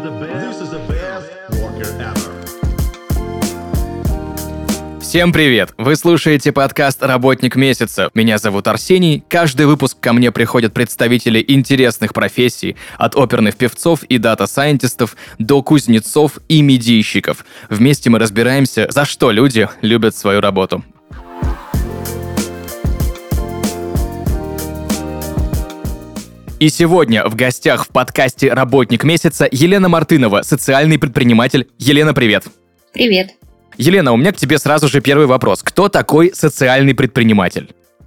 is the best worker ever. Всем привет! Вы слушаете подкаст «Работник месяца». Меня зовут Арсений. Каждый выпуск ко мне приходят представители интересных профессий, от оперных певцов и дата-сайентистов до кузнецов и медийщиков. Вместе мы разбираемся, за что люди любят свою работу. И сегодня в гостях в подкасте «Работник месяца» Елена Мартынова, социальный предприниматель. Елена, привет! Привет! Елена, у меня к тебе сразу же первый вопрос. Кто такой социальный предприниматель?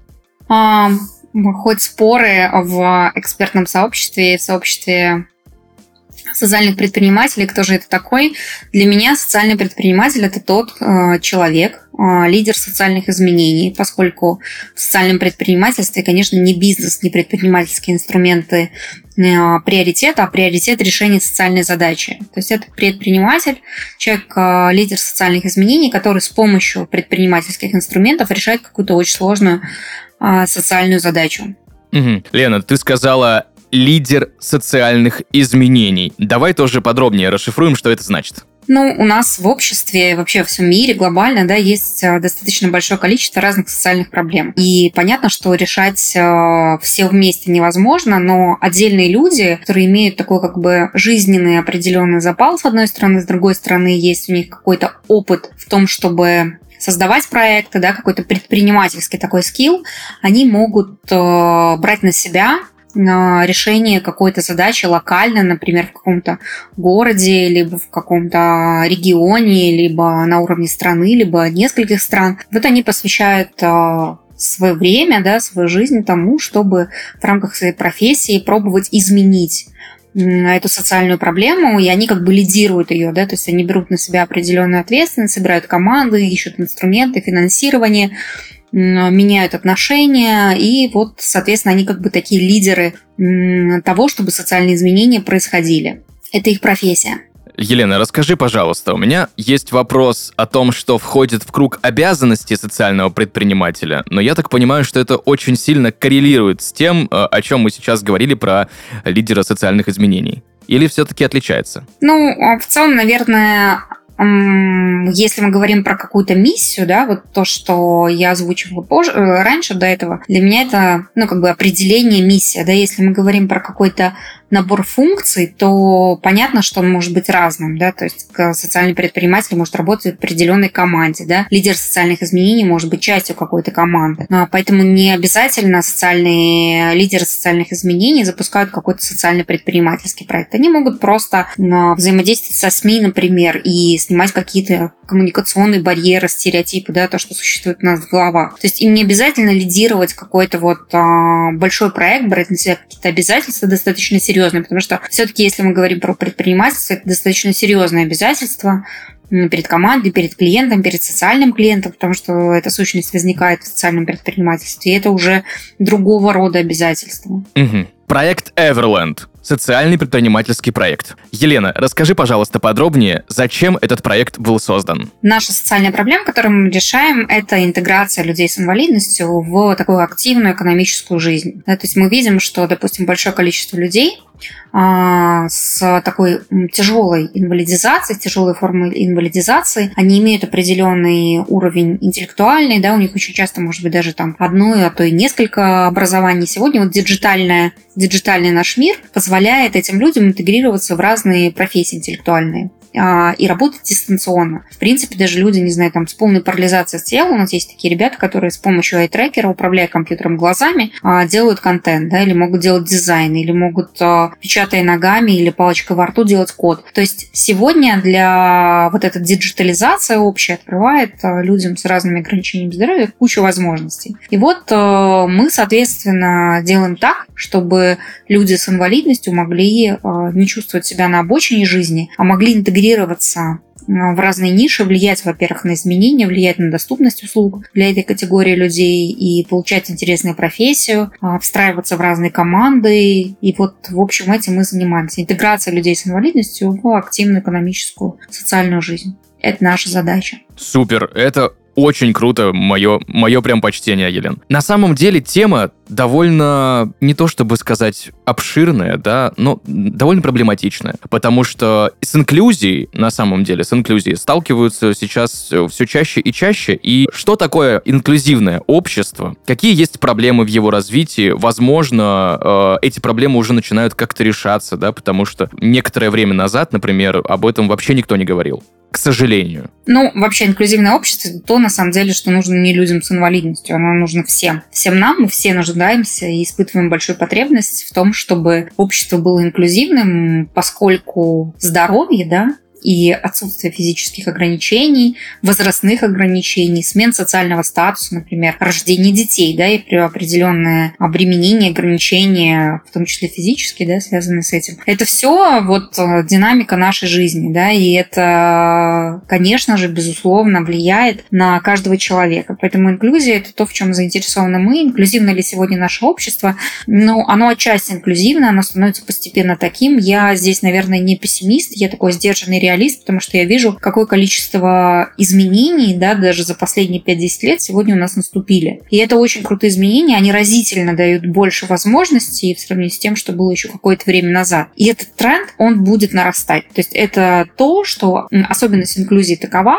Хоть споры в экспертном сообществе, в сообществе социальных предпринимателей, кто же это такой? Для меня социальный предприниматель – это тот человек, лидер социальных изменений, поскольку в социальном предпринимательстве, конечно, не бизнес, не предпринимательские инструменты приоритет, а приоритет решения социальной задачи. То есть это предприниматель, человек, лидер социальных изменений, который с помощью предпринимательских инструментов решает какую-то очень сложную социальную задачу. Лена, ты сказала лидер социальных изменений. Давай тоже подробнее расшифруем, что это значит. У нас в обществе, вообще во всем мире глобально, есть достаточно большое количество разных социальных проблем. И понятно, что решать все вместе невозможно, но отдельные люди, которые имеют такой жизненный определенный запал, с одной стороны, с другой стороны, есть у них какой-то опыт в том, чтобы создавать проекты, какой-то предпринимательский такой скилл, они могут брать на себя решение какой-то задачи локально, например, в каком-то городе, либо в каком-то регионе, либо на уровне страны, либо нескольких стран. Вот они посвящают свое время, свою жизнь тому, чтобы в рамках своей профессии пробовать изменить эту социальную проблему, и они лидируют ее, то есть они берут на себя определенную ответственность, собирают команды, ищут инструменты, финансирование, меняют отношения, и соответственно, они такие лидеры того, чтобы социальные изменения происходили. Это их профессия. Елена, расскажи, пожалуйста, у меня есть вопрос о том, что входит в круг обязанностей социального предпринимателя, но я так понимаю, что это очень сильно коррелирует с тем, о чем мы сейчас говорили про лидера социальных изменений. Или все-таки отличается? В целом, наверное, если мы говорим про какую-то миссию, то, что я озвучивала раньше, до этого, для меня это, определение миссии, если мы говорим про какой-то набор функций, то понятно, что он может быть разным, то есть социальный предприниматель может работать в определенной команде, лидер социальных изменений может быть частью какой-то команды, поэтому не обязательно социальные лидеры социальных изменений запускают какой-то социальный предпринимательский проект. Они могут просто взаимодействовать со СМИ, например, и снимать какие-то коммуникационные барьеры, стереотипы, то, что существует у нас в головах. То есть им не обязательно лидировать какой-то большой проект, брать на себя какие-то обязательства достаточно серьезные, потому что все-таки, если мы говорим про предпринимательство, это достаточно серьезные обязательства перед командой, перед клиентом, перед социальным клиентом, потому что эта сущность возникает в социальном предпринимательстве, и это уже другого рода обязательства. Проект Everland. Социальный предпринимательский проект. Елена, расскажи, пожалуйста, подробнее, зачем этот проект был создан? Наша социальная проблема, которую мы решаем, это интеграция людей с инвалидностью в такую активную экономическую жизнь. То есть мы видим, что, допустим, большое количество людей с такой тяжелой инвалидизацией, тяжелой формой инвалидизации, они имеют определенный уровень интеллектуальный, у них очень часто может быть даже одно, а то и несколько образований. Сегодня диджитальный наш мир позволяет этим людям интегрироваться в разные профессии интеллектуальные и работать дистанционно. В принципе, даже люди, с полной парализацией тела, у нас есть такие ребята, которые с помощью ай-трекера, управляя компьютером глазами, делают контент, или могут делать дизайн, или могут, печатая ногами или палочкой во рту, делать код. То есть сегодня для эта диджитализация общая открывает людям с разными ограничениями здоровья кучу возможностей. И мы, соответственно, делаем так, чтобы люди с инвалидностью могли не чувствовать себя на обочине жизни, а могли интегрироваться в разные ниши, влиять, во-первых, на изменения, влиять на доступность услуг для этой категории людей и получать интересную профессию, встраиваться в разные команды. И в общем, этим мы занимаемся. Интеграция людей с инвалидностью в активную экономическую, социальную жизнь. Это наша задача. Супер, это очень круто, мое прям почтение, Елен. На самом деле тема довольно, не то чтобы сказать обширная, да, но довольно проблематичная, потому что с инклюзией, на самом деле, с инклюзией сталкиваются сейчас все чаще и чаще. И что такое инклюзивное общество? Какие есть проблемы в его развитии? Возможно, эти проблемы уже начинают как-то решаться, да, потому что некоторое время назад, например, об этом вообще никто не говорил. К сожалению. Ну, вообще, инклюзивное общество – это то, на самом деле, что нужно не людям с инвалидностью, оно нужно всем. Всем нам, мы все нуждаемся и испытываем большую потребность в том, чтобы общество было инклюзивным, поскольку здоровье, да, и отсутствие физических ограничений, возрастных ограничений, смен социального статуса, например, рождение детей, да, и определенное обременение, ограничения, в том числе физические, да, связанные с этим. Это все вот динамика нашей жизни, да, и это, конечно же, безусловно, влияет на каждого человека. Поэтому инклюзия – это то, в чем заинтересованы мы. Инклюзивно ли сегодня наше общество? Ну, оно отчасти инклюзивно, оно становится постепенно таким. Я здесь, наверное, не пессимист, я такой сдержанный реалист, потому что я вижу, какое количество изменений, да, даже за последние 5-10 лет сегодня у нас наступили. И это очень крутые изменения, они разительно дают больше возможностей в сравнении с тем, что было еще какое-то время назад. И этот тренд, он будет нарастать. То есть это то, что особенность инклюзии такова,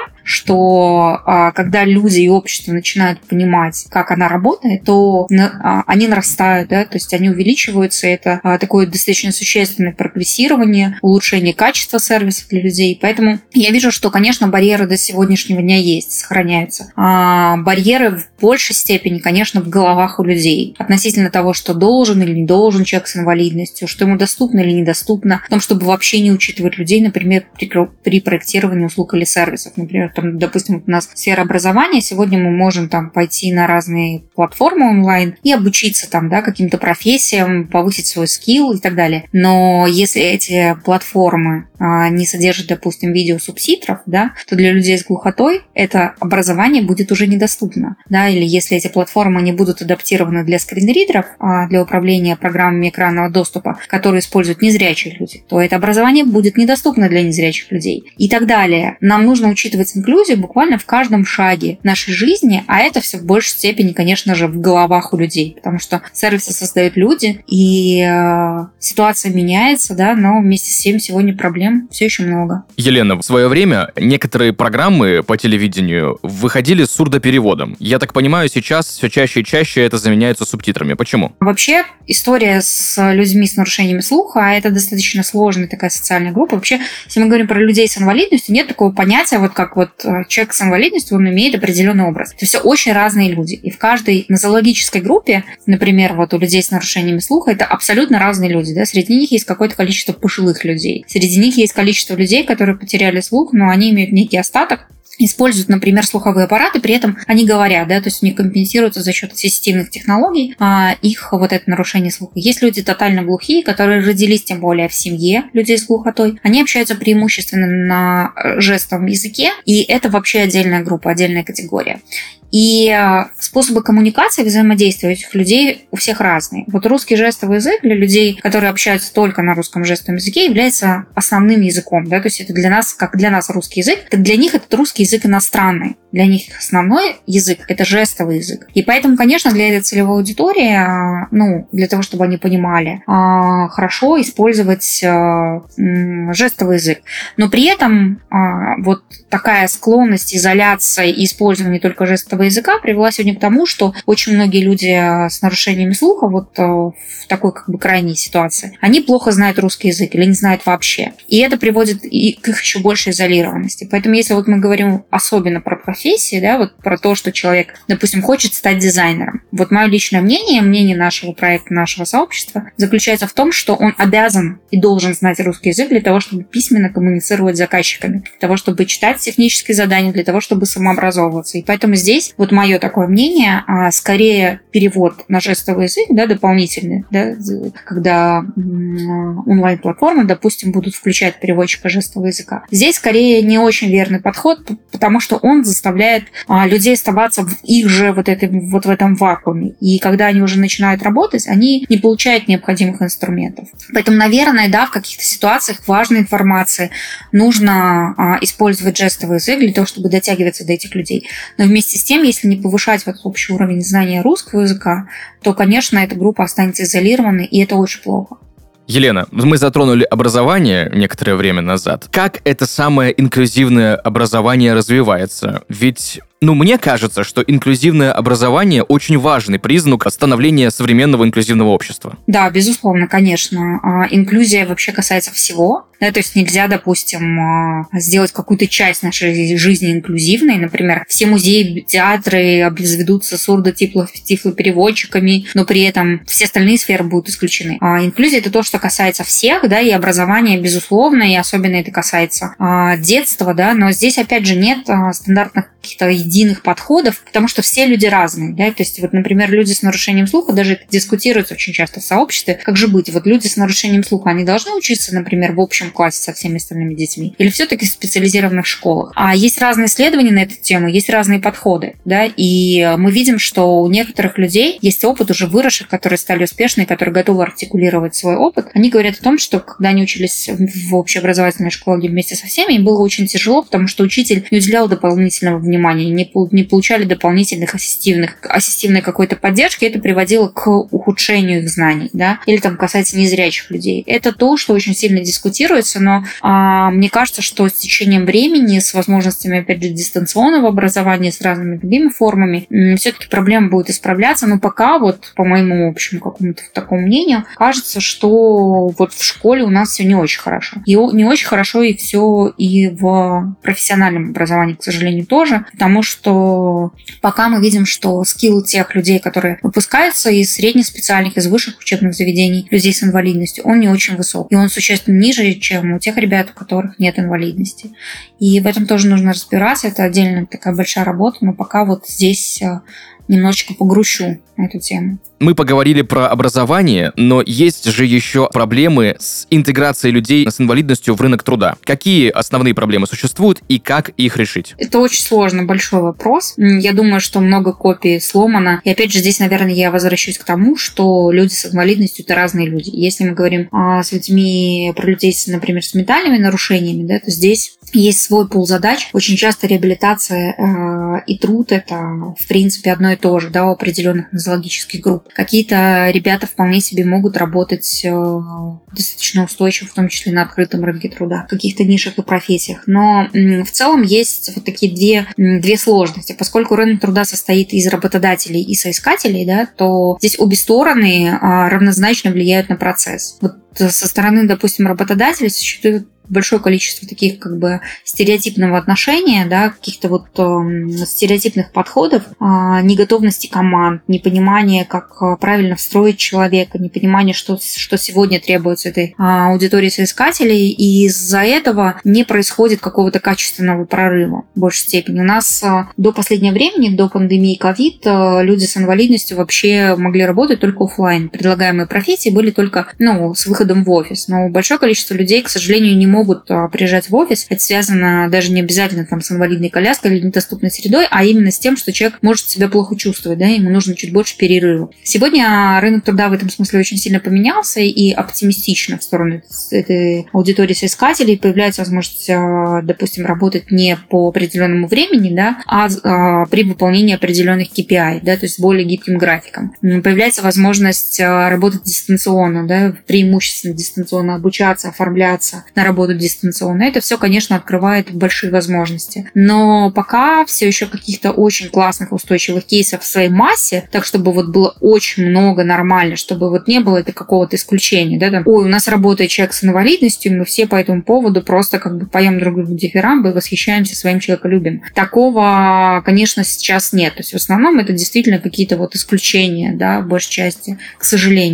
что когда люди и общество начинают понимать, как она работает, то они нарастают, да, то есть они увеличиваются. Это такое достаточно существенное прогрессирование, улучшение качества сервиса для людей. Поэтому я вижу, что, конечно, барьеры до сегодняшнего дня есть, сохраняются. Барьеры в большей степени, конечно, в головах у людей относительно того, что должен или не должен человек с инвалидностью, что ему доступно или недоступно, в том, чтобы вообще не учитывать людей, например, при проектировании услуг или сервисов. Например, там, допустим, у нас сфера образования, сегодня мы можем там пойти на разные платформы онлайн и обучиться там, да, каким-то профессиям, повысить свой скилл и так далее. Но если эти платформы не содержат, допустим, видеосубтитров, да, то для людей с глухотой это образование будет уже недоступно. Да, или если эти платформы не будут адаптированы для скринридеров, для управления программами экранного доступа, которые используют незрячие люди, то это образование будет недоступно для незрячих людей. И так далее. Нам нужно учитывать инклюзию буквально в каждом шаге нашей жизни, а это все в большей степени, конечно же, в головах у людей, потому что сервисы создают люди, и ситуация меняется, да, но вместе с тем сегодня проблем все еще много. Елена, в свое время некоторые программы по телевидению выходили с сурдопереводом. Я так понимаю, сейчас все чаще и чаще это заменяется субтитрами. Почему? Вообще, история с людьми с нарушениями слуха, это достаточно сложная такая социальная группа. Вообще, если мы говорим про людей с инвалидностью, нет такого понятия, вот как вот человек с инвалидностью, он имеет определенный образ. Это все очень разные люди. И в каждой нозологической группе, например, вот у людей с нарушениями слуха, это абсолютно разные люди. Да? Среди них есть какое-то количество пожилых людей. Среди них есть количество людей, которые потеряли слух, но они имеют некий остаток, используют, например, слуховые аппараты, при этом они говорят, да, то есть у них компенсируется за счет ассистивных технологий их вот это нарушение слуха. Есть люди тотально глухие, которые родились тем более в семье людей с глухотой. Они общаются преимущественно на жестовом языке, и это вообще отдельная группа, отдельная категория. И способы коммуникации, взаимодействия этих людей у всех разные. Вот русский жестовый язык для людей, которые общаются только на русском жестовом языке, является основным языком. Да? То есть это для нас, как для нас русский язык, так для них этот русский язык иностранный. Для них основной язык – это жестовый язык. И поэтому, конечно, для этой целевой аудитории, для того, чтобы они понимали, хорошо использовать жестовый язык. Но при этом вот такая склонность изоляции и использования только жестового языка привела сегодня к тому, что очень многие люди с нарушениями слуха вот в такой как бы крайней ситуации, они плохо знают русский язык или не знают вообще. И это приводит и к их еще большей изолированности. Поэтому если вот мы говорим особенно про профессии, да, вот про то, что человек, допустим, хочет стать дизайнером. Вот мое личное мнение нашего проекта, нашего сообщества заключается в том, что он обязан и должен знать русский язык для того, чтобы письменно коммуницировать с заказчиками, для того, чтобы читать технические задания, для того, чтобы самообразовываться. И поэтому здесь вот мое такое мнение, скорее перевод на жестовый язык, да, дополнительный, да, когда онлайн-платформы, допустим, будут включать переводчика жестового языка. Здесь скорее не очень верный подход, потому что он заставляет заставляет людей оставаться в их же в этом вакууме. И когда они уже начинают работать, они не получают необходимых инструментов. Поэтому, наверное, в каких-то ситуациях важной информации нужно использовать жестовый язык для того, чтобы дотягиваться до этих людей. Но вместе с тем, если не повышать общий уровень знания русского языка, то, конечно, эта группа останется изолированной, и это очень плохо. Елена, мы затронули образование некоторое время назад. Как это самое инклюзивное образование развивается? Ведь мне кажется, что инклюзивное образование очень важный признак становления современного инклюзивного общества. Да, безусловно, конечно. Инклюзия вообще касается всего. То есть нельзя, допустим, сделать какую-то часть нашей жизни инклюзивной. Например, все музеи, театры обзаведутся сурдо-тифлопереводчиками, но при этом все остальные сферы будут исключены. Инклюзия – это то, что касается всех, и образование, безусловно, и особенно это касается детства, но здесь, опять же, нет стандартных каких-то единых подходов, потому что все люди разные. То есть, например, люди с нарушением слуха, даже это дискутируется очень часто в сообществе, как же быть? Люди с нарушением слуха, они должны учиться, например, в общем классе со всеми остальными детьми? Или все-таки в специализированных школах? А есть разные исследования на эту тему, есть разные подходы. И мы видим, что у некоторых людей есть опыт уже выросших, которые стали успешны, которые готовы артикулировать свой опыт. Они говорят о том, что когда они учились в общеобразовательной школе вместе со всеми, им было очень тяжело, потому что учитель не уделял дополнительного внимания, не получали дополнительных ассистивной какой-то поддержки, это приводило к ухудшению их знаний, или касается незрячих людей. Это то, что очень сильно дискутируется, но мне кажется, что с течением времени, с возможностями, опять же, дистанционного образования, с разными другими формами, все-таки проблема будет исправляться, но пока, по моему общему какому-то такому мнению, кажется, что в школе у нас все не очень хорошо. И не очень хорошо и все и в профессиональном образовании, к сожалению, тоже, потому что пока мы видим, что скилл тех людей, которые выпускаются из среднеспециальных, из высших учебных заведений, людей с инвалидностью, он не очень высок. И он существенно ниже, чем у тех ребят, у которых нет инвалидности. И в этом тоже нужно разбираться. Это отдельная такая большая работа, но пока здесь немножечко погрущу на эту тему. Мы поговорили про образование, но есть же еще проблемы с интеграцией людей с инвалидностью в рынок труда. Какие основные проблемы существуют и как их решить? Это очень сложный, большой вопрос. Я думаю, что много копий сломано. И опять же, здесь, наверное, я возвращусь к тому, что люди с инвалидностью – это разные люди. Если мы говорим с людьми, про людей, например, с ментальными нарушениями, то здесь есть свой пул задач. Очень часто реабилитация и труд – это, в принципе, одно и то же, у определенных нозологических групп. Какие-то ребята вполне себе могут работать достаточно устойчиво, в том числе на открытом рынке труда, в каких-то нишах и профессиях. Но в целом есть такие две сложности. Поскольку рынок труда состоит из работодателей и соискателей, то здесь обе стороны равнозначно влияют на процесс. Со стороны, допустим, работодателей существует большое количество таких стереотипного отношения, каких-то стереотипных подходов, неготовности команд, непонимания, как правильно встроить человека, непонимания, что сегодня требуется этой аудитории соискателей, и из-за этого не происходит какого-то качественного прорыва в большей степени. У нас до последнего времени, до пандемии COVID, люди с инвалидностью вообще могли работать только офлайн. Предлагаемые профессии были только с выходом в офис. Но большое количество людей, к сожалению, не могут приезжать в офис. Это связано даже не обязательно с инвалидной коляской или недоступной средой, а именно с тем, что человек может себя плохо чувствовать, ему нужно чуть больше перерыва. Сегодня рынок труда в этом смысле очень сильно поменялся и оптимистично в сторону этой аудитории соискателей. Появляется возможность, допустим, работать не по определенному времени, а при выполнении определенных KPI, то есть с более гибким графиком. Появляется возможность работать дистанционно, преимущественно дистанционно обучаться, оформляться на работу дистанционно. Это все, конечно, открывает большие возможности. Но пока все еще каких-то очень классных устойчивых кейсов в своей массе, так чтобы было очень много нормально, чтобы не было это какого-то исключения. Ой, у нас работает человек с инвалидностью, и мы все по этому поводу просто поем друг другу дифирамбы и восхищаемся своим человеколюбием. Такого, конечно, сейчас нет. То есть в основном это действительно какие-то исключения, в большей части, к сожалению.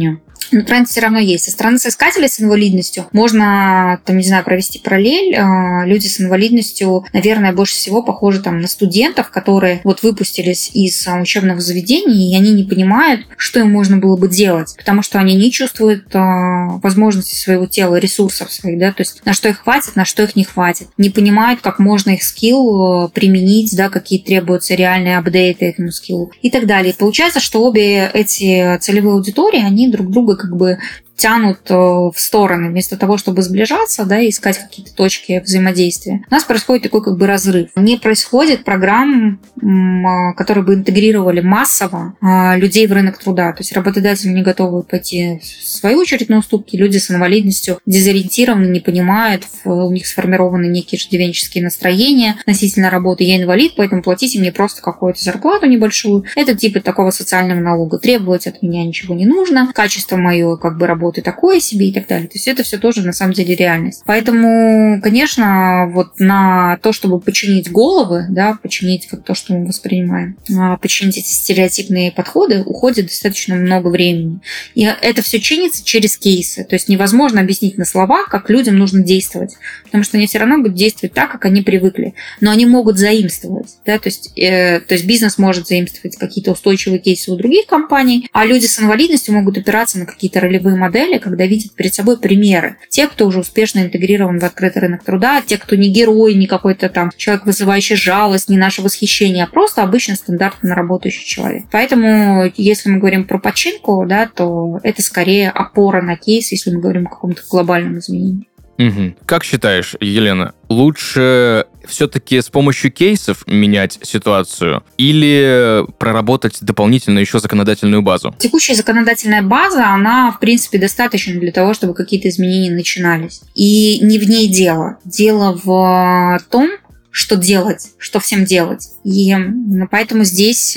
Но тренд все равно есть. Со стороны соискателей с инвалидностью можно, там, не знаю, провести параллель. Люди с инвалидностью, наверное, больше всего похожи там на студентов, которые вот выпустились из учебного заведения, и они не понимают, что им можно было бы делать, потому что они не чувствуют возможности своего тела, ресурсов своих, да, то есть на что их хватит, на что их не хватит. Не понимают, как можно их скилл применить, да, какие требуются реальные апдейты этому скиллу и так далее. И получается, что обе эти целевые аудитории, они друг друга как бы тянут в стороны, вместо того, чтобы сближаться, да, и искать какие-то точки взаимодействия. У нас происходит такой как бы разрыв. Не происходит программ, которые бы интегрировали массово людей в рынок труда. То есть работодатели не готовы пойти в свою очередь на уступки, люди с инвалидностью дезориентированы, не понимают, у них сформированы некие иждивенческие настроения относительно работы. Я инвалид, поэтому платите мне просто какую-то зарплату небольшую. Это типа такого социального налога. Требовать от меня ничего не нужно. Качество мое как бы работы такое себе и так далее. То есть это все тоже на самом деле реальность. Поэтому, конечно, вот на то, чтобы починить головы, да, починить как то, что мы воспринимаем, починить эти стереотипные подходы, уходит достаточно много времени. И это все чинится через кейсы. То есть невозможно объяснить на словах, как людям нужно действовать. Потому что они все равно будут действовать так, как они привыкли. Но они могут заимствовать. Да? То есть бизнес может заимствовать какие-то устойчивые кейсы у других компаний, а люди с инвалидностью могут опираться на какие-то ролевые модели, когда видят перед собой примеры. Те, кто уже успешно интегрирован в открытый рынок труда, те, кто не герой, не какой-то там человек, вызывающий жалость, не наше восхищение, а просто обычно стандартно работающий человек. Поэтому, если мы говорим про починку, да, то это скорее опора на кейс, если мы говорим о каком-то глобальном изменении. Угу. Как считаешь, Елена, лучше все-таки с помощью кейсов менять ситуацию или проработать дополнительно еще законодательную базу? Текущая законодательная база, она, в принципе, достаточна для того, чтобы какие-то изменения начинались. И не в ней дело. Дело в том, что делать, что всем делать. И поэтому здесь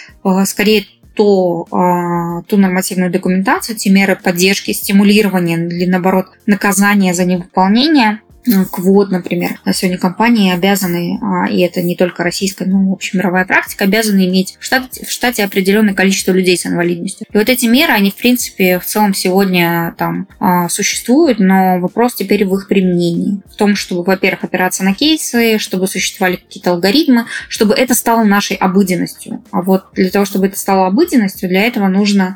скорее ту нормативную документацию, те меры поддержки, стимулирования или, наоборот, наказания за невыполнение, квот, например. На сегодня компании обязаны, и это не только российская, но и общемировая практика, обязаны иметь в штате определенное количество людей с инвалидностью. И вот эти меры, они, в принципе, в целом сегодня там существуют, но вопрос теперь в их применении. В том, чтобы, во-первых, опираться на кейсы, чтобы существовали какие-то алгоритмы, чтобы это стало нашей обыденностью. А вот для того, чтобы это стало обыденностью, для этого нужно,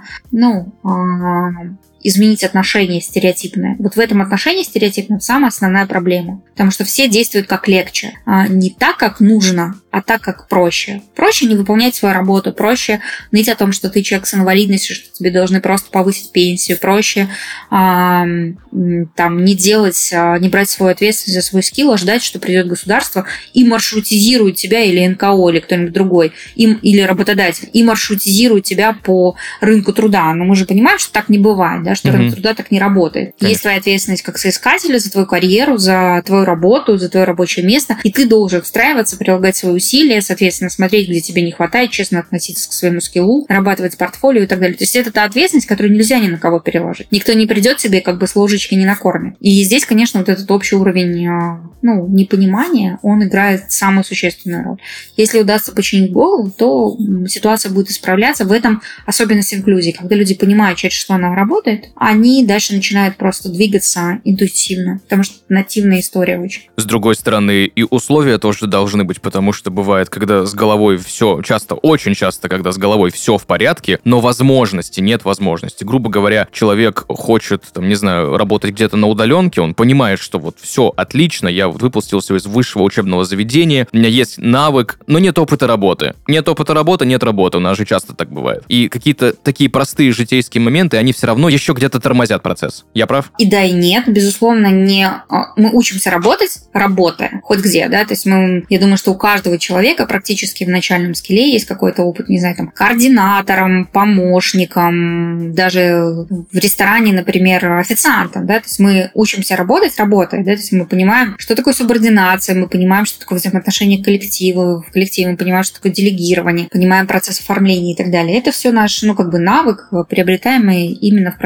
изменить отношение стереотипное. Вот в этом отношении стереотипном самая основная проблема. Потому что все действуют как легче. Не так, как нужно, а так, как проще. Проще не выполнять свою работу, проще ныть о том, что ты человек с инвалидностью, что тебе должны просто повысить пенсию, проще не брать свою ответственность за свой скилл, а ждать, что придет государство и маршрутизирует тебя, или НКО, или кто-нибудь другой, или работодатель, и маршрутизирует тебя по рынку труда. Но мы же понимаем, что так не бывает, да, что рынок труда так не работает. Конечно. Есть твоя ответственность как соискателя за твою карьеру, за твою работу, за твое рабочее место, и ты должен встраиваться, прилагать свои усилия, соответственно, смотреть, где тебе не хватает, честно относиться к своему скиллу, нарабатывать портфолио и так далее. То есть это та ответственность, которую нельзя ни на кого переложить. Никто не придет тебе как бы с ложечки не накормит. И здесь, конечно, вот этот общий уровень непонимания, он играет самую существенную роль. Если удастся починить голову, то ситуация будет исправляться. В этом особенность инклюзии. Когда люди понимают, через что она работает, они дальше начинают просто двигаться интуитивно, потому что это нативная история очень. С другой стороны, и условия тоже должны быть, потому что бывает, когда с головой все, очень часто, когда с головой все в порядке, но нет возможности. Грубо говоря, человек хочет, работать где-то на удаленке, он понимает, что вот все отлично, я выпустился из высшего учебного заведения, у меня есть навык, но нет опыта работы. Нет опыта работы, нет работы, у нас же часто так бывает. И какие-то такие простые житейские моменты, они все равно еще где-то тормозят процесс. Я прав? И да, и нет. Безусловно, мы учимся работать, работая, хоть где, да, то есть я думаю, что у каждого человека практически в начальном скилле есть какой-то опыт, координатором, помощником, даже в ресторане, например, официантом, да, то есть мы учимся работать, работая, да, то есть мы понимаем, что такое субординация, мы понимаем, что такое взаимоотношение к коллективу, в коллективе мы понимаем, что такое делегирование, понимаем процесс оформления и так далее. Это все наш, навык, приобретаемый именно в процессе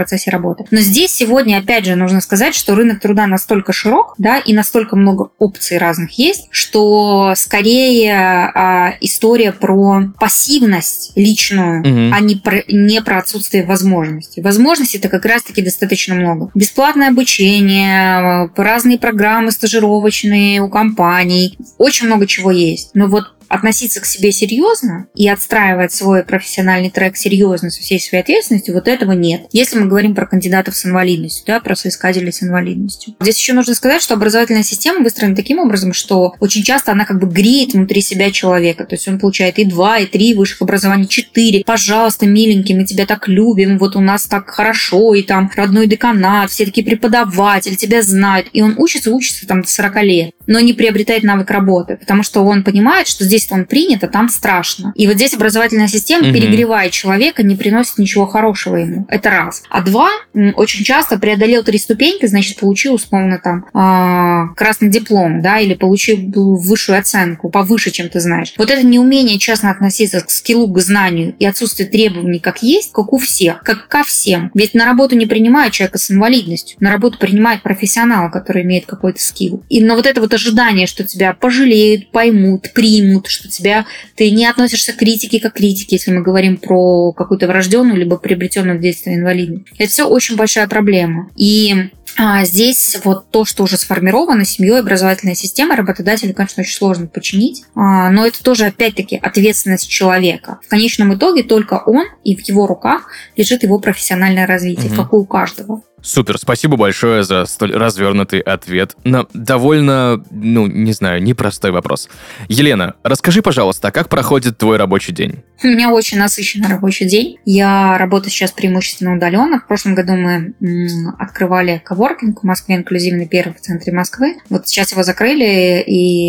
процессе работы. Но здесь сегодня, опять же, нужно сказать, что рынок труда настолько широк, да, и настолько много опций разных есть, что скорее история про пассивность личную, а не про отсутствие возможностей. Возможностей-то как раз-таки достаточно много. Бесплатное обучение, разные программы стажировочные у компаний, очень много чего есть. Но вот относиться к себе серьезно и отстраивать свой профессиональный трек серьезно со всей своей ответственностью, вот этого нет. Если мы говорим про кандидатов с инвалидностью, да, про соискателей с инвалидностью. Здесь еще нужно сказать, что образовательная система выстроена таким образом, что очень часто она как бы греет внутри себя человека. То есть он получает и 2, и 3 высших образований, 4. Пожалуйста, миленький, мы тебя так любим, вот у нас так хорошо, и там родной деканат, все такие преподаватели, тебя знают. И он учится там до 40 лет, но не приобретает навык работы, потому что он понимает, что здесь он принят, а там страшно. И вот здесь образовательная система перегревает человека, не приносит ничего хорошего ему. Это раз. А 2, очень часто преодолел 3 ступеньки, значит, получил, условно, там, красный диплом, да, или получил высшую оценку, повыше, чем ты знаешь. Вот это неумение честно относиться к скиллу, к знанию и отсутствие требований как есть, как у всех, как ко всем. Ведь на работу не принимают человека с инвалидностью, на работу принимают профессионала, который имеет какой-то скилл. Но вот это вот ожидание, что тебя пожалеют, поймут, примут, что ты не относишься к критике как к критике, если мы говорим про какую-то врожденную либо приобретенную в детстве инвалидность. Это все очень большая проблема. И здесь вот то, что уже сформировано семьей, образовательная система, работодателю, конечно, очень сложно починить, но это тоже, опять-таки, ответственность человека. В конечном итоге только он, и в его руках лежит его профессиональное развитие, как и у каждого. Супер, спасибо большое за столь развернутый ответ на довольно, не знаю, непростой вопрос. Елена, расскажи, пожалуйста, как проходит твой рабочий день? У меня очень насыщенный рабочий день. Я работаю сейчас преимущественно удаленно. В прошлом году мы открывали коворкинг в Москве, инклюзивный, первый в центре Москвы. Вот сейчас его закрыли,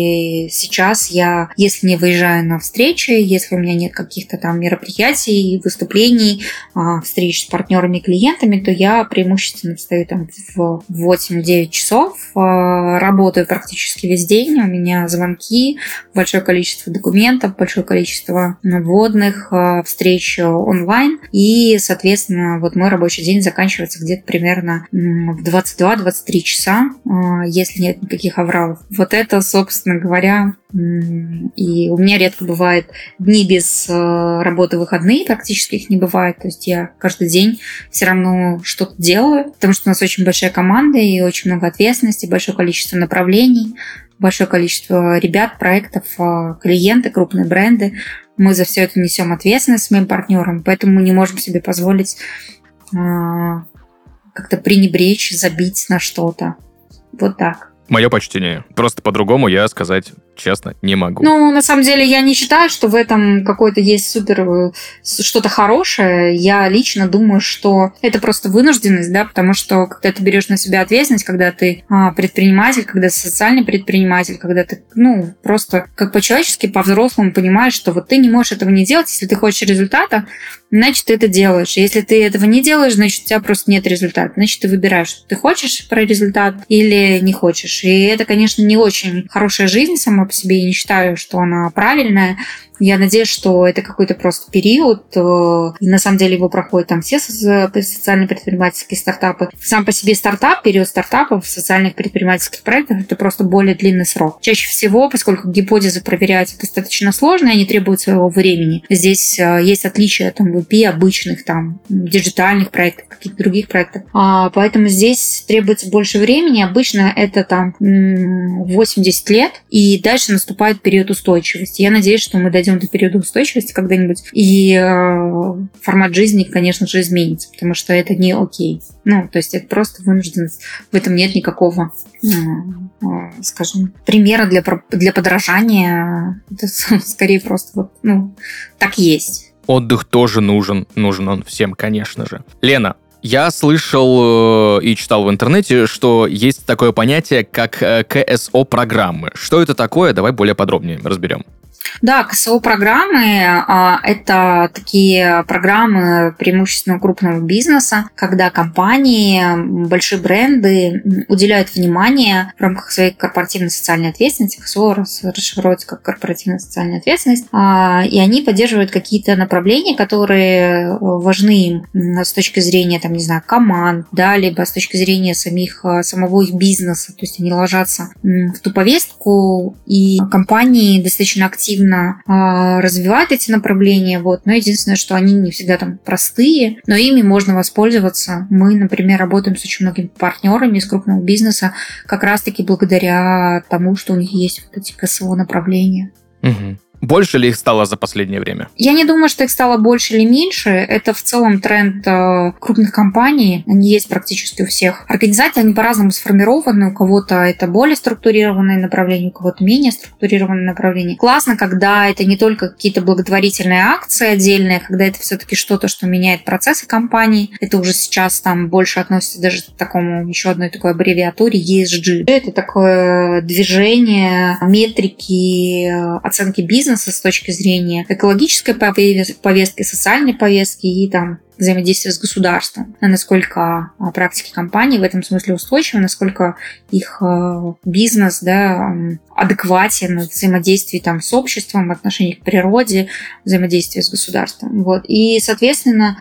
и сейчас я, если не выезжаю на встречи, если у меня нет каких-то там мероприятий, выступлений, встреч с партнерами и клиентами, то я преимущественно встаю там в 8-9 часов, работаю практически весь день, у меня звонки, большое количество документов, большое количество вводных, встреч онлайн, и, соответственно, вот мой рабочий день заканчивается где-то примерно в 22-23 часа, если нет никаких авралов. Вот это, собственно говоря, и у меня редко бывают дни без работы выходные, практически их не бывает, то есть я каждый день все равно что-то делаю, потому что у нас очень большая команда и очень много ответственности, большое количество направлений, большое количество ребят, проектов, клиенты, крупные бренды. Мы за все это несем ответственность с моим партнером, поэтому мы не можем себе позволить как-то пренебречь, забить на что-то. Вот так. Мое почтение. Просто по-другому я сказать честно не могу. На самом деле, я не считаю, что в этом какое-то есть супер что-то хорошее. Я лично думаю, что это просто вынужденность, да, потому что когда ты берешь на себя ответственность, когда ты предприниматель, когда ты социальный предприниматель, когда ты, просто как по-человечески, по-взрослому понимаешь, что вот ты не можешь этого не делать, если ты хочешь результата, значит, ты это делаешь. Если ты этого не делаешь, значит, у тебя просто нет результата. Значит, ты выбираешь, что ты хочешь про результат или не хочешь. И это, конечно, не очень хорошая жизнь сама по себе. Я не считаю, что она правильная. Я надеюсь, что это какой-то просто период, и на самом деле его проходят там все социально-предпринимательские стартапы. Сам по себе стартап, период стартапов, социальных предпринимательских проектов – это просто более длинный срок. Чаще всего, поскольку гипотезы проверяются достаточно сложно, они требуют своего времени. Здесь есть отличия от MVP, обычных там диджитальных проектов, каких-то других проектов. Поэтому здесь требуется больше времени. Обычно это там 8-10 лет, и дальше наступает период устойчивости. Я надеюсь, что мы дойдем до периода устойчивости когда-нибудь, и формат жизни, конечно же, изменится, потому что это не окей. То есть это просто вынужденность. В этом нет никакого, скажем, примера для подражания. Это скорее просто так есть. Отдых тоже нужен он всем, конечно же. Лена, я слышал и читал в интернете, что есть такое понятие, как КСО-программы. Что это такое? Давай более подробнее разберем. Да, КСО-программы – это такие программы преимущественно крупного бизнеса, когда компании, большие бренды уделяют внимание в рамках своей корпоративной социальной ответственности. КСО расшифровывается как корпоративная социальная ответственность, и они поддерживают какие-то направления, которые важны им с точки зрения, там, не знаю, команд, да, либо с точки зрения самого их бизнеса. То есть они ложатся в ту повестку, и компании достаточно активно развивают эти направления. Вот. Но единственное, что они не всегда там простые, но ими можно воспользоваться. Мы, например, работаем с очень многими партнерами из крупного бизнеса как раз-таки благодаря тому, что у них есть вот эти КСО направления. Угу. Больше ли их стало за последнее время? Я не думаю, что их стало больше или меньше. Это в целом тренд крупных компаний. Они есть практически у всех. Организации, они по-разному сформированы. У кого-то это более структурированное направление, у кого-то менее структурированное направление. Классно, когда это не только какие-то благотворительные акции отдельные, когда это все-таки что-то, что меняет процессы компании. Это уже сейчас там больше относится даже к такому, еще одной такой аббревиатуре ESG. Это такое движение, метрики, оценки бизнеса с точки зрения экологической повестки, социальной повестки и там взаимодействия с государством, насколько практики компании в этом смысле устойчивы, насколько их бизнес, да, адекватен в взаимодействии там, с обществом, в отношении к природе, взаимодействии с государством. Вот. И, соответственно,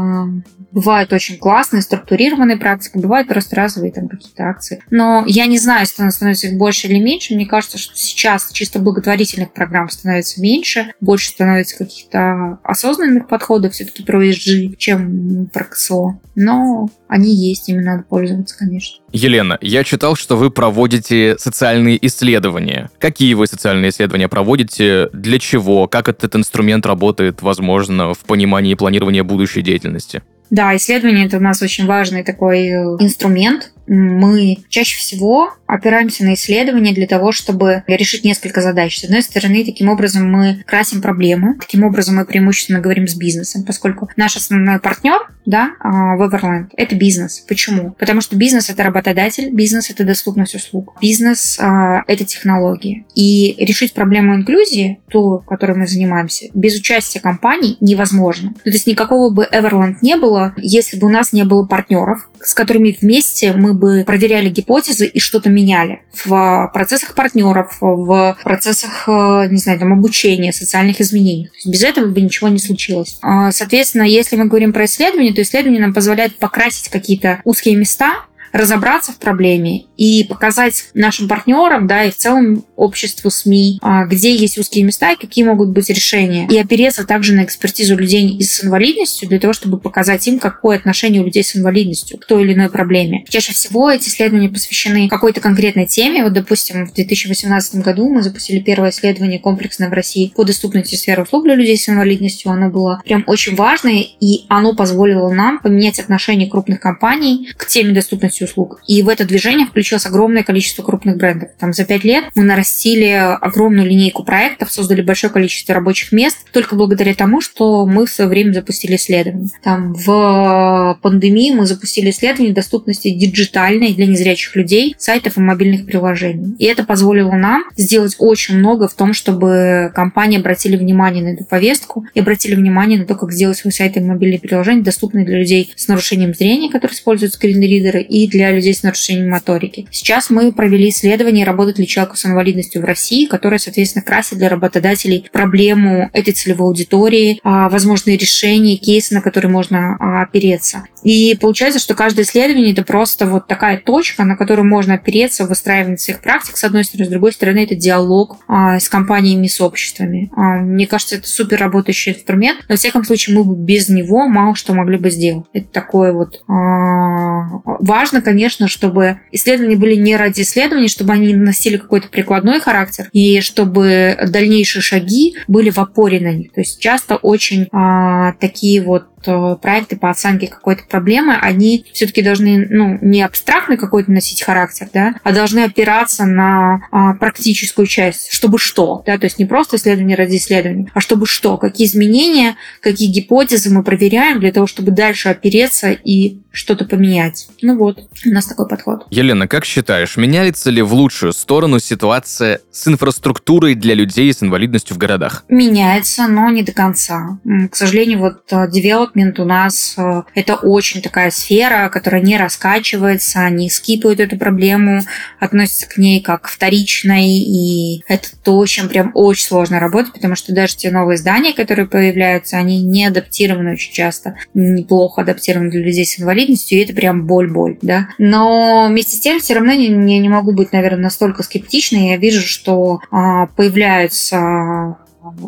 бывают очень классные, структурированные практики, бывают просто разовые там какие-то акции. Но я не знаю, становится их больше или меньше. Мне кажется, что сейчас чисто благотворительных программ становится меньше, больше становится каких-то осознанных подходов все-таки про ESG, чем про КСО. Но они есть, ими надо пользоваться, конечно. Елена, я читал, что вы проводите социальные исследования. Какие вы социальные исследования проводите? Для чего? Как этот инструмент работает, возможно, в понимании и планировании будущей деятельности? Да, исследование – это у нас очень важный такой инструмент. Мы чаще всего опираемся на исследования для того, чтобы решить несколько задач. С одной стороны, таким образом мы красим проблемы, таким образом мы преимущественно говорим с бизнесом, поскольку наш основной партнер, да, в Everland – это бизнес. Почему? Потому что бизнес – это работодатель, бизнес – это доступность услуг, бизнес – это технологии. И решить проблему инклюзии, ту, которой мы занимаемся, без участия компаний невозможно. То есть никакого бы Everland не было, если бы у нас не было партнеров, с которыми вместе мы бы проверяли гипотезы и что-то меняли в процессах партнеров, в процессах, не знаю, там, обучения, социальных изменений. То есть без этого бы ничего не случилось. Соответственно, если мы говорим про исследования, то исследования нам позволяют покрасить какие-то узкие места, разобраться в проблеме и показать нашим партнерам, да, и в целом обществу, СМИ, где есть узкие места и какие могут быть решения. И опереться также на экспертизу людей с инвалидностью для того, чтобы показать им, какое отношение у людей с инвалидностью к той или иной проблеме. Чаще всего эти исследования посвящены какой-то конкретной теме. Вот, допустим, в 2018 году мы запустили первое исследование комплексное в России по доступности сферы услуг для людей с инвалидностью. Оно было прям очень важное, и оно позволило нам поменять отношение крупных компаний к теме доступности услуг. И в это движение включилось огромное количество крупных брендов. Там за 5 лет мы нарастили огромную линейку проектов, создали большое количество рабочих мест только благодаря тому, что мы в свое время запустили исследование. Там в пандемии мы запустили исследование доступности диджитальной для незрячих людей сайтов и мобильных приложений. И это позволило нам сделать очень много в том, чтобы компании обратили внимание на эту повестку и обратили внимание на то, как сделать свои сайты и мобильные приложения доступны для людей с нарушением зрения, которые используют скринридеры, и для людей с нарушением моторики. Сейчас мы провели исследование, работает ли человек с инвалидностью в России, которое, соответственно, красит для работодателей проблему этой целевой аудитории, возможные решения, кейсы, на которые можно опереться. И получается, что каждое исследование – это просто вот такая точка, на которую можно опереться в выстраивании своих практик, с одной стороны, с другой стороны, это диалог с компаниями, с обществами. Мне кажется, это супер работающий инструмент, но, во всяком случае, мы бы без него мало что могли бы сделать. Это такое вот важно, конечно, чтобы исследования были не ради исследований, чтобы они носили какой-то прикладной характер, и чтобы дальнейшие шаги были в опоре на них. То есть часто очень такие вот проекты по оценке какой-то проблемы, они все-таки должны, не абстрактный какой-то носить характер, да, а должны опираться на практическую часть, чтобы что, да, то есть не просто исследование ради исследования, а чтобы что, какие изменения, какие гипотезы мы проверяем для того, чтобы дальше опереться и что-то поменять. У нас такой подход. Елена, как считаешь, меняется ли в лучшую сторону ситуация с инфраструктурой для людей с инвалидностью в городах? Меняется, но не до конца. К сожалению, девелопмент у нас это очень такая сфера, которая не раскачивается, они скипают эту проблему, относятся к ней как к вторичной, и это то, с чем прям очень сложно работать, потому что даже те новые здания, которые появляются, они не адаптированы очень часто, неплохо адаптированы для людей с инвалидностью, и это прям боль, да. Но вместе с тем все равно я не могу быть, наверное, настолько скептичной. Я вижу, что появляются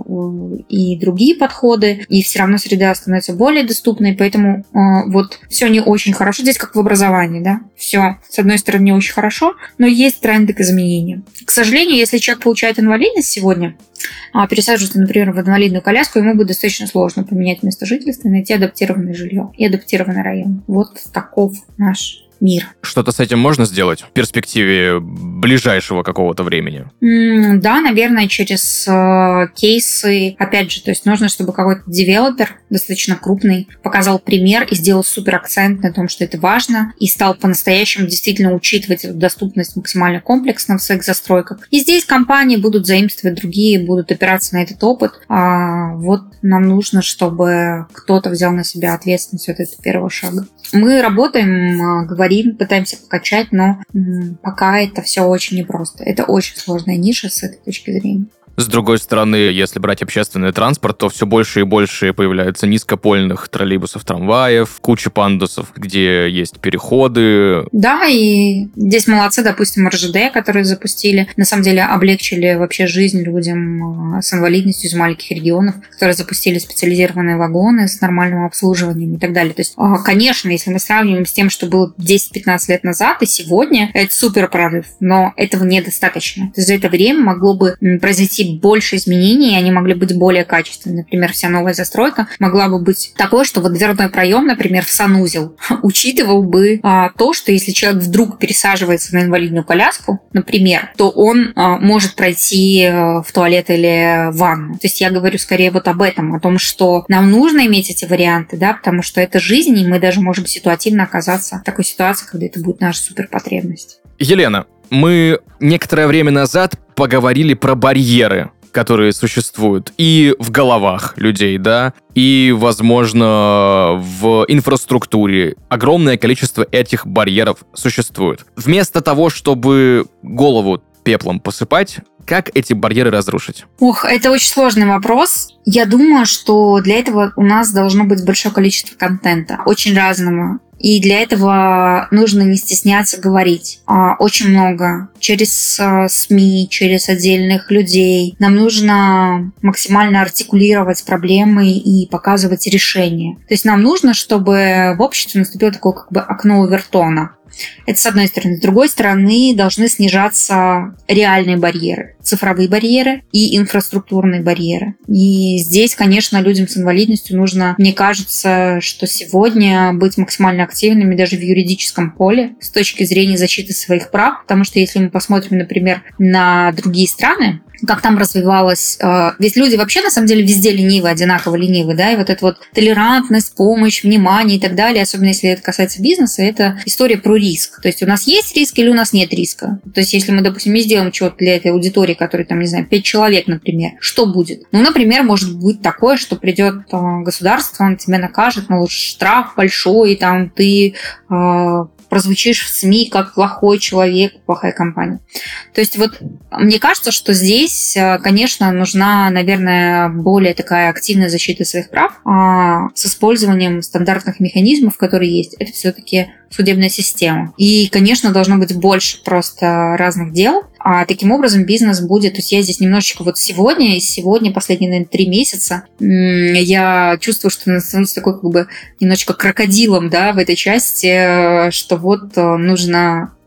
и другие подходы, и все равно среда становится более доступной, поэтому все не очень хорошо. Здесь как в образовании, да, все с одной стороны не очень хорошо, но есть тренды к изменениям. К сожалению, если человек получает инвалидность сегодня, пересаживается, например, в инвалидную коляску, ему будет достаточно сложно поменять место жительства и найти адаптированное жилье и адаптированный район. Вот таков наш мир. Что-то с этим можно сделать в перспективе ближайшего какого-то времени? Да, наверное, через кейсы. Опять же, то есть нужно, чтобы какой-то девелопер достаточно крупный показал пример и сделал супер акцент на том, что это важно, и стал по-настоящему действительно учитывать эту доступность максимально комплексно в своих застройках. И здесь компании будут заимствовать другие, будут опираться на этот опыт. Нам нужно, чтобы кто-то взял на себя ответственность от этого первого шага. Мы работаем, говорим, пытаемся покачать, но пока это все очень непросто. Это очень сложная ниша с этой точки зрения. С другой стороны, если брать общественный транспорт, то все больше и больше появляется низкопольных троллейбусов, трамваев, куча пандусов, где есть переходы. Да, и здесь молодцы, допустим, РЖД, которые запустили, на самом деле облегчили вообще жизнь людям с инвалидностью из маленьких регионов, которые запустили специализированные вагоны с нормальным обслуживанием и так далее. То есть, конечно, если мы сравниваем с тем, что было 10-15 лет назад и сегодня, это супер прорыв, но этого недостаточно. То есть за это время могло бы произойти больше изменений, и они могли быть более качественными. Например, вся новая застройка могла бы быть такой, что дверной проем, например, в санузел учитывал бы то, что если человек вдруг пересаживается на инвалидную коляску, например, то он может пройти в туалет или в ванну. То есть я говорю скорее об этом, о том, что нам нужно иметь эти варианты, да, потому что это жизнь, и мы даже можем ситуативно оказаться в такой ситуации, когда это будет наша суперпотребность. Елена, мы некоторое время назад поговорили про барьеры, которые существуют и в головах людей, да, и, возможно, в инфраструктуре. Огромное количество этих барьеров существует. Вместо того, чтобы голову пеплом посыпать, как эти барьеры разрушить? Это очень сложный вопрос. Я думаю, что для этого у нас должно быть большое количество контента, очень разного. И для этого нужно не стесняться говорить. Очень много. Через СМИ, через отдельных людей. Нам нужно максимально артикулировать проблемы и показывать решения. То есть нам нужно, чтобы в обществе наступило такое окно Овертона. Это с одной стороны. С другой стороны, должны снижаться реальные барьеры. Цифровые барьеры и инфраструктурные барьеры. И здесь, конечно, людям с инвалидностью нужно, мне кажется, что сегодня быть максимально активными даже в юридическом поле с точки зрения защиты своих прав. Потому что если мы посмотрим, например, на другие страны, как там развивалось. Ведь люди вообще, на самом деле, везде ленивы, одинаково ленивы, да, и эта толерантность, помощь, внимание и так далее, особенно если это касается бизнеса, это история про риск. То есть у нас есть риск или у нас нет риска. То есть если мы, допустим, не сделаем чего-то для этой аудитории, которой, 5 человек, например, что будет? Например, может быть такое, что придет государство, он тебя накажет, штраф большой, ты прозвучишь в СМИ как плохой человек, плохая компания. То есть мне кажется, что здесь, конечно, нужна, наверное, более такая активная защита своих прав с использованием стандартных механизмов, которые есть. Это все-таки судебная система. И, конечно, должно быть больше просто разных дел. А таким образом бизнес будет... То есть я здесь немножечко сегодня, последние, наверное, 3 месяца, я чувствую, что я становлюсь такой немножечко крокодилом, да, в этой части, что нужно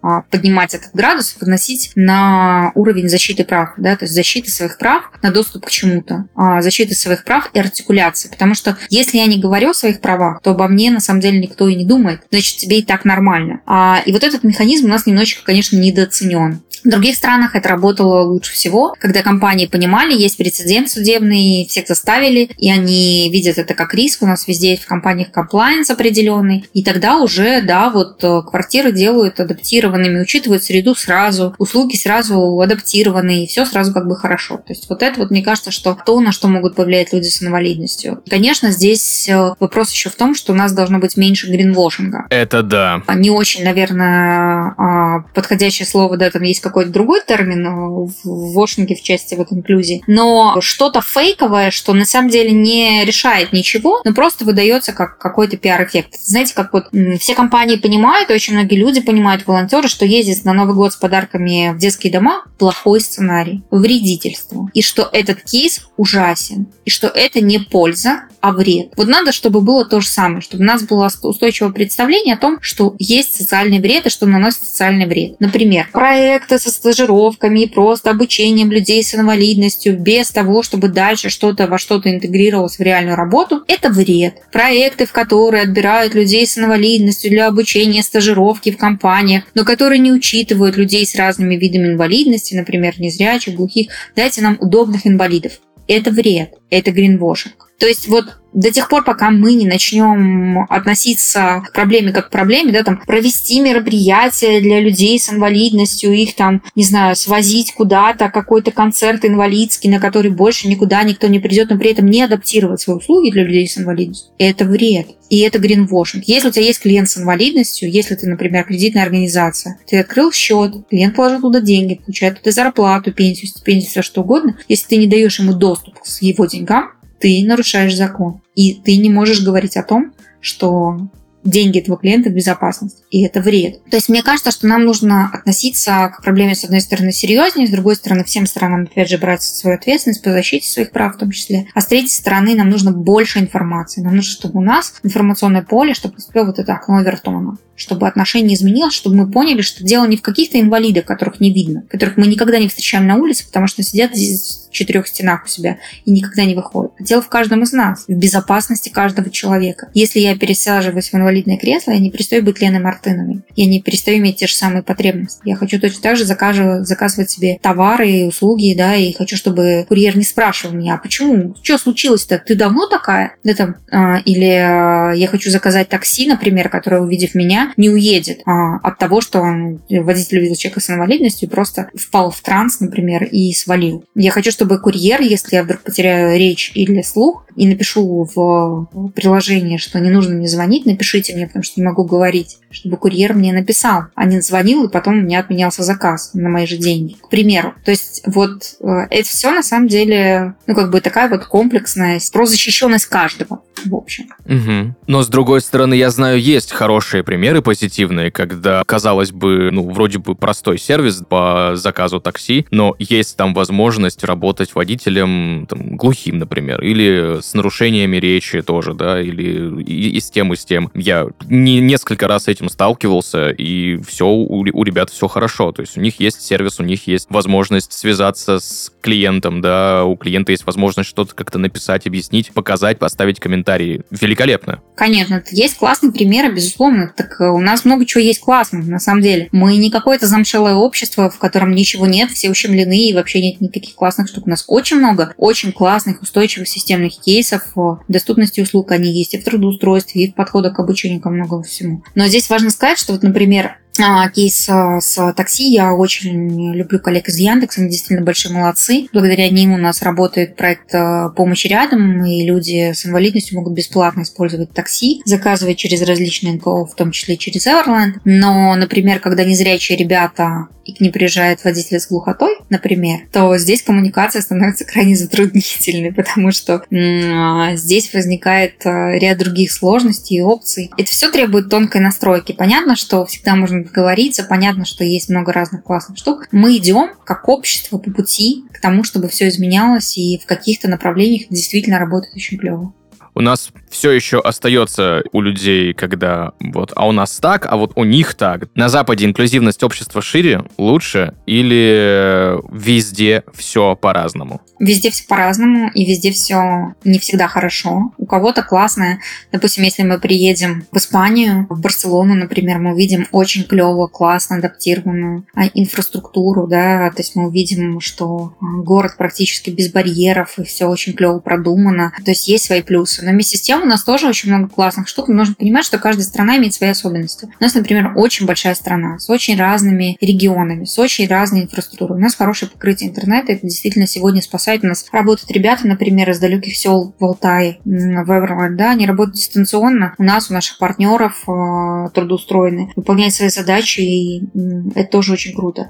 поднимать этот градус, подносить на уровень защиты прав, да, то есть защиты своих прав на доступ к чему-то, защиты своих прав и артикуляции. Потому что если я не говорю о своих правах, то обо мне на самом деле никто и не думает, значит, тебе и так нормально. И вот этот механизм у нас немножечко, конечно, недооценен. В других странах это работало лучше всего, когда компании понимали, есть прецедент судебный, всех заставили, и они видят это как риск. У нас везде есть в компаниях комплаенс определенный, и тогда уже, да, вот квартиры делают адаптированными, учитывают среду сразу, услуги сразу адаптированы, и все сразу как бы хорошо. То есть вот это вот, мне кажется, что то, на что могут повлиять люди с инвалидностью. Конечно, здесь вопрос еще в том, что у нас должно быть меньше гринвошинга. Это да. Не очень, наверное, подходящее слово, да, там есть какой-то другой термин в вошинге в части вот инклюзии, но что-то фейковое, что на самом деле не решает ничего, но просто выдается как какой-то пиар-эффект. Знаете, как вот все компании понимают, и очень многие люди понимают, волонтеры, что ездить на Новый год с подарками в детские дома – плохой сценарий, вредительство, и что этот кейс ужасен, и что это не польза, а вред. Вот надо, чтобы было то же самое, чтобы у нас было устойчивое представление о том, что есть социальный вред и что наносит социальный вред. Например, проекты со стажировками и просто обучением людей с инвалидностью без того, чтобы дальше что-то во что-то интегрировалось в реальную работу, это вред. Проекты, в которые отбирают людей с инвалидностью для обучения, стажировки в компаниях, но которые не учитывают людей с разными видами инвалидности, например, незрячих, глухих, дайте нам удобных инвалидов. Это вред, это гринвошинг. То есть вот до тех пор, пока мы не начнем относиться к проблеме как к проблеме, да, там, провести мероприятия для людей с инвалидностью, их там, не знаю, свозить куда-то, какой-то концерт инвалидский, на который больше никуда никто не придет, но при этом не адаптировать свои услуги для людей с инвалидностью, это вред. И это гринвошинг. Если у тебя есть клиент с инвалидностью, если ты, например, кредитная организация, ты открыл счет, клиент положил туда деньги, получает туда зарплату, пенсию, стипендию, все что угодно, если ты не даешь ему доступ к его деньгам, ты нарушаешь закон. И ты не можешь говорить о том, что деньги этого клиента в безопасности. И это вред. То есть мне кажется, что нам нужно относиться к проблеме, с одной стороны, серьезнее, с другой стороны, всем сторонам, опять же, брать свою ответственность по защите своих прав в том числе. А с третьей стороны, нам нужно больше информации. Нам нужно, чтобы у нас информационное поле, чтобы поступило вот это окно Овертона, чтобы отношение изменилось, чтобы мы поняли, что дело не в каких-то инвалидах, которых не видно, которых мы никогда не встречаем на улице, потому что сидят здесь в 4 стенах у себя и никогда не выходят. А дело в каждом из нас, в безопасности каждого человека. Если я пересаживаюсь в инвалидное кресло, я не перестаю быть Леной Мартыновой. Я не перестаю иметь те же самые потребности. Я хочу точно так же заказывать себе товары и услуги, да, и хочу, чтобы курьер не спрашивал меня, а почему? Что случилось-то? Ты давно такая? Да, там, или я хочу заказать такси, например, которое, увидев меня, не уедет от того, что водитель увидел человека с инвалидностью и просто впал в транс, например, и свалил. Я хочу, чтобы курьер, если я вдруг потеряю речь или слух, и напишу в приложении, что не нужно мне звонить, напишите мне, потому что не могу говорить, чтобы курьер мне написал, а не звонил, и потом у меня отменялся заказ на мои же деньги, к примеру. То есть вот это все на самом деле, такая вот комплексная про защищенность каждого, в общем. Угу. Но с другой стороны, я знаю, есть хорошие примеры позитивные, когда, казалось бы, вроде бы простой сервис по заказу такси, но есть там возможность работать водителем глухим, например, или с нарушениями речи тоже, да, или и с тем, и с тем. Я несколько раз с этим сталкивался, и все, у ребят все хорошо. То есть у них есть сервис, у них есть возможность связаться с клиентом, да, у клиента есть возможность что-то как-то написать, объяснить, показать, поставить комментарии. Великолепно. Конечно, есть классные примеры, безусловно. Так у нас много чего есть классного, на самом деле. Мы не какое-то замшелое общество, в котором ничего нет, все ущемлены, и вообще нет никаких классных штук. У нас очень много очень классных, устойчивых системных кейсов доступности услуг. Они есть и в трудоустройстве, и в подходах к обучению, ко многому всему. Но здесь важно сказать, что вот, например, кейс с такси. Я очень люблю коллег из Яндекса, они действительно большие молодцы. Благодаря ним у нас работает проект «Помощь рядом», и люди с инвалидностью могут бесплатно использовать такси, заказывать через различные НКО, в том числе через Everland. Но, например, когда незрячие ребята и к ним приезжает водитель с глухотой, например, то здесь коммуникация становится крайне затруднительной, потому что здесь возникает ряд других сложностей и опций. Это все требует тонкой настройки. Понятно, что всегда можно договориться, понятно, что есть много разных классных штук. Мы идем как общество по пути к тому, чтобы все изменялось, и в каких-то направлениях действительно работает очень клево. у нас все еще остается у людей, когда вот, а у нас так, а вот у них так. На Западе инклюзивность общества шире, лучше или везде все по-разному? Везде все по-разному, и везде все не всегда хорошо. У кого-то классное. Допустим, если мы приедем в Испанию, в Барселону, например, мы увидим очень клево, классно адаптированную инфраструктуру, да, то есть мы увидим, что город практически без барьеров, и все очень клево продумано. То есть есть свои плюсы. Но вместе с тем у нас тоже очень много классных штук. Нужно понимать, что каждая страна имеет свои особенности. У нас, например, очень большая страна с очень разными регионами, с очень разной инфраструктурой. У нас хорошее покрытие интернета. Это действительно сегодня спасает нас. Работают ребята, например, из далеких сел в Алтае, в Эверланд, да, они работают дистанционно. У наших партнеров трудоустроены, выполняют свои задачи, и это тоже очень круто.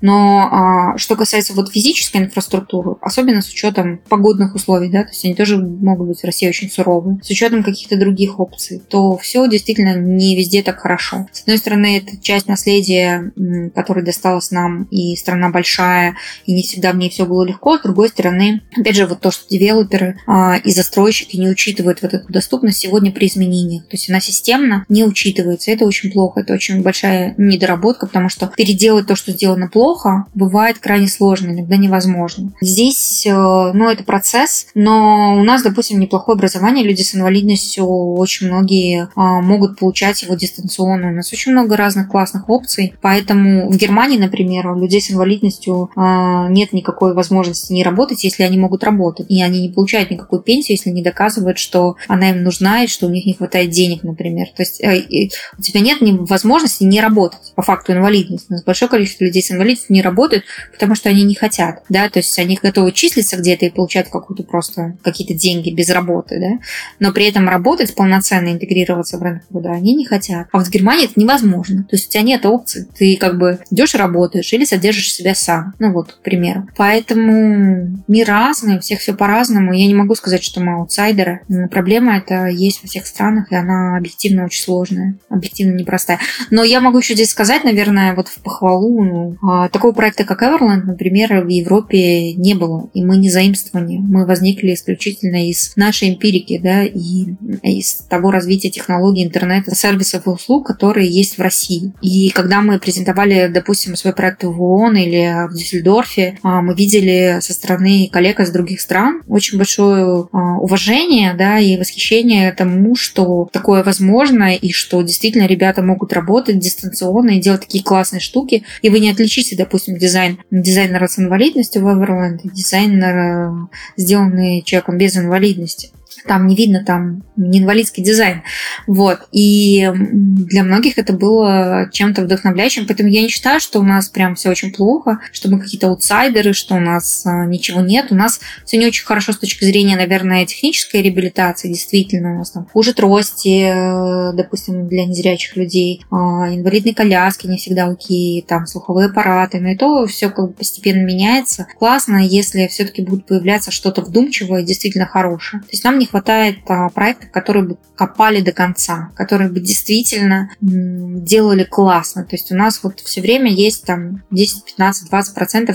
Но что касается вот физической инфраструктуры, особенно с учетом погодных условий, да, то есть они тоже могут быть в России очень суровые, с учетом каких-то других опций, то все действительно не везде так хорошо. С одной стороны, это часть наследия, которое досталось нам, и страна большая, и не всегда в ней все было легко. С другой стороны, опять же, вот то, что девелоперы и застройщики не учитывают вот эту доступность сегодня при изменениях. То есть она системно не учитывается. Это очень плохо. Это очень большая недоработка, потому что переделать то, что сделано плохо, бывает крайне сложно, иногда невозможно. Здесь, это процесс, но у нас, допустим, неплохое образование. Люди с инвалидностью, очень многие могут получать его дистанционно. У нас очень много разных классных опций. Поэтому в Германии, например, у людей с инвалидностью нет никакой возможности не работать, если они могут работать. И они не получают никакую пенсию, если не доказывают, что она им нужна и что у них не хватает денег, например. То есть у тебя нет возможности не работать по факту инвалидности. У нас большое количество людей с инвалидностью не работают, потому что они не хотят. Да? То есть они готовы числиться где-то и получать какие-то деньги без работы. Да? Но при этом работать полноценно, интегрироваться в рынок труда они не хотят. А вот в Германии это невозможно. То есть у тебя нет опции. Ты идешь и работаешь или содержишь себя сам. К примеру. Поэтому мир разный, у всех все по-разному. Я не могу сказать, что мы аутсайдеры. Проблема это есть во всех странах, и она объективно очень сложная, объективно непростая. Но я могу еще здесь сказать, наверное, вот в похвалу, такого проекта, как Эверланд, например, в Европе не было, и мы не заимствование. Мы возникли исключительно из нашей эмпирики, да, и из того развития технологий интернета, сервисов и услуг, которые есть в России. И когда мы презентовали, допустим, свой проект в ООН или в Дюссельдорфе, мы видели со стороны коллег из других стран очень большое уважение, да, и восхищение тому, что такое возможно, и что действительно ребята могут работать дистанционно и делать такие классные штуки. И вы не отличите, допустим, дизайнера с инвалидностью в Эверланд и дизайнера, сделанный человеком без инвалидности. Там не видно, там не инвалидский дизайн. Вот. И для многих это было чем-то вдохновляющим. Поэтому я не считаю, что у нас прям все очень плохо, что мы какие-то аутсайдеры, что у нас ничего нет. У нас все не очень хорошо с точки зрения, наверное, технической реабилитации. Действительно, у нас там хуже трости, допустим, для незрячих людей, инвалидные коляски не всегда окей, там слуховые аппараты. Но и то все постепенно меняется. Классно, если все-таки будет появляться что-то вдумчивое, действительно хорошее. То есть нам не хватает проектов, которые бы копали до конца, которые бы действительно делали классно. То есть у нас вот все время есть там 10, 15, 20%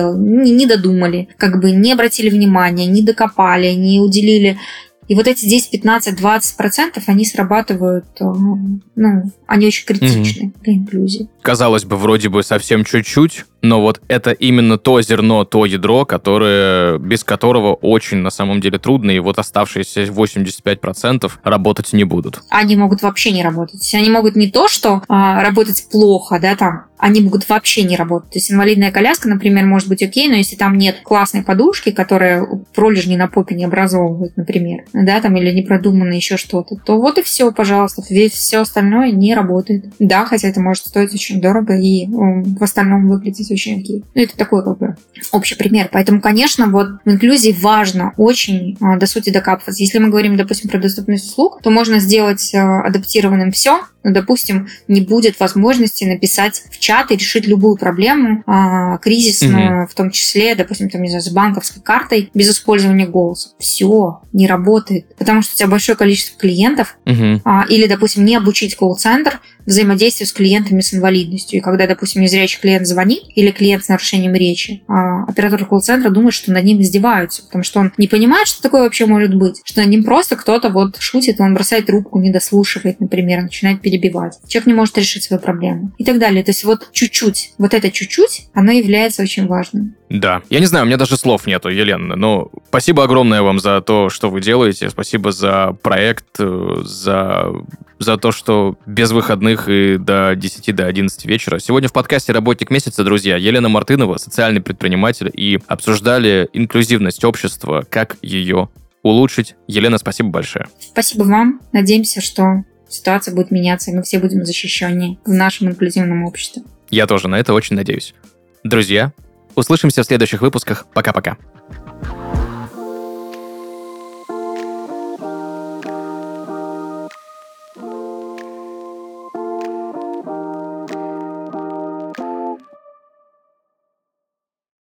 не додумали, не обратили внимания, не докопали, не уделили. И вот эти 10, 15, 20% они срабатывают, они очень критичны для инклюзии. Казалось бы, вроде бы совсем чуть-чуть, но вот это именно то зерно, то ядро, без которого очень на самом деле трудно, и вот оставшиеся 85% работать не будут. Они могут вообще не работать. Они могут не то, что работать плохо, да, там, они могут вообще не работать. То есть инвалидная коляска, например, может быть окей, но если там нет классной подушки, которая пролежни на попе не образовывает, например, да, там, или не продумано еще что-то, то вот и все, пожалуйста. Все остальное не работает. Да, хотя это может стоить очень дорого и в остальном выглядеть очень окей. Это такой общий пример. Поэтому, конечно, вот в инклюзии важно очень до сути докапываться. Если мы говорим, допустим, про доступность услуг, то можно сделать адаптированным все, но, допустим, не будет возможности написать в чат и решить любую проблему кризисную, в том числе, допустим, там, не знаю, с банковской картой без использования голоса. Все не работает, потому что у тебя большое количество клиентов, или, допустим, не обучить колл-центр взаимодействию с клиентами с инвалидностью. И когда, допустим, незрячий клиент звонит или клиент с нарушением речи, оператор колл-центра думает, что над ним издеваются, потому что он не понимает, что такое вообще может быть, что над ним просто кто-то вот шутит, он бросает трубку, не дослушивает, например, начинает перебивать. Человек не может решить свою проблему и так далее. То есть вот чуть-чуть, вот это чуть-чуть, оно является очень важным. Да. Я не знаю, у меня даже слов нету, Елена, но спасибо огромное вам за то, что вы делаете, спасибо за проект, за то, что без выходных и до 10, до 11 вечера. Сегодня в подкасте «Работник месяца», друзья, Елена Мартынова, социальный предприниматель, и обсуждали инклюзивность общества, как ее улучшить. Елена, спасибо большое. Спасибо вам. Надеемся, что ситуация будет меняться, и мы все будем защищеннее в нашем инклюзивном обществе. Я тоже на это очень надеюсь. Друзья, услышимся в следующих выпусках. Пока-пока.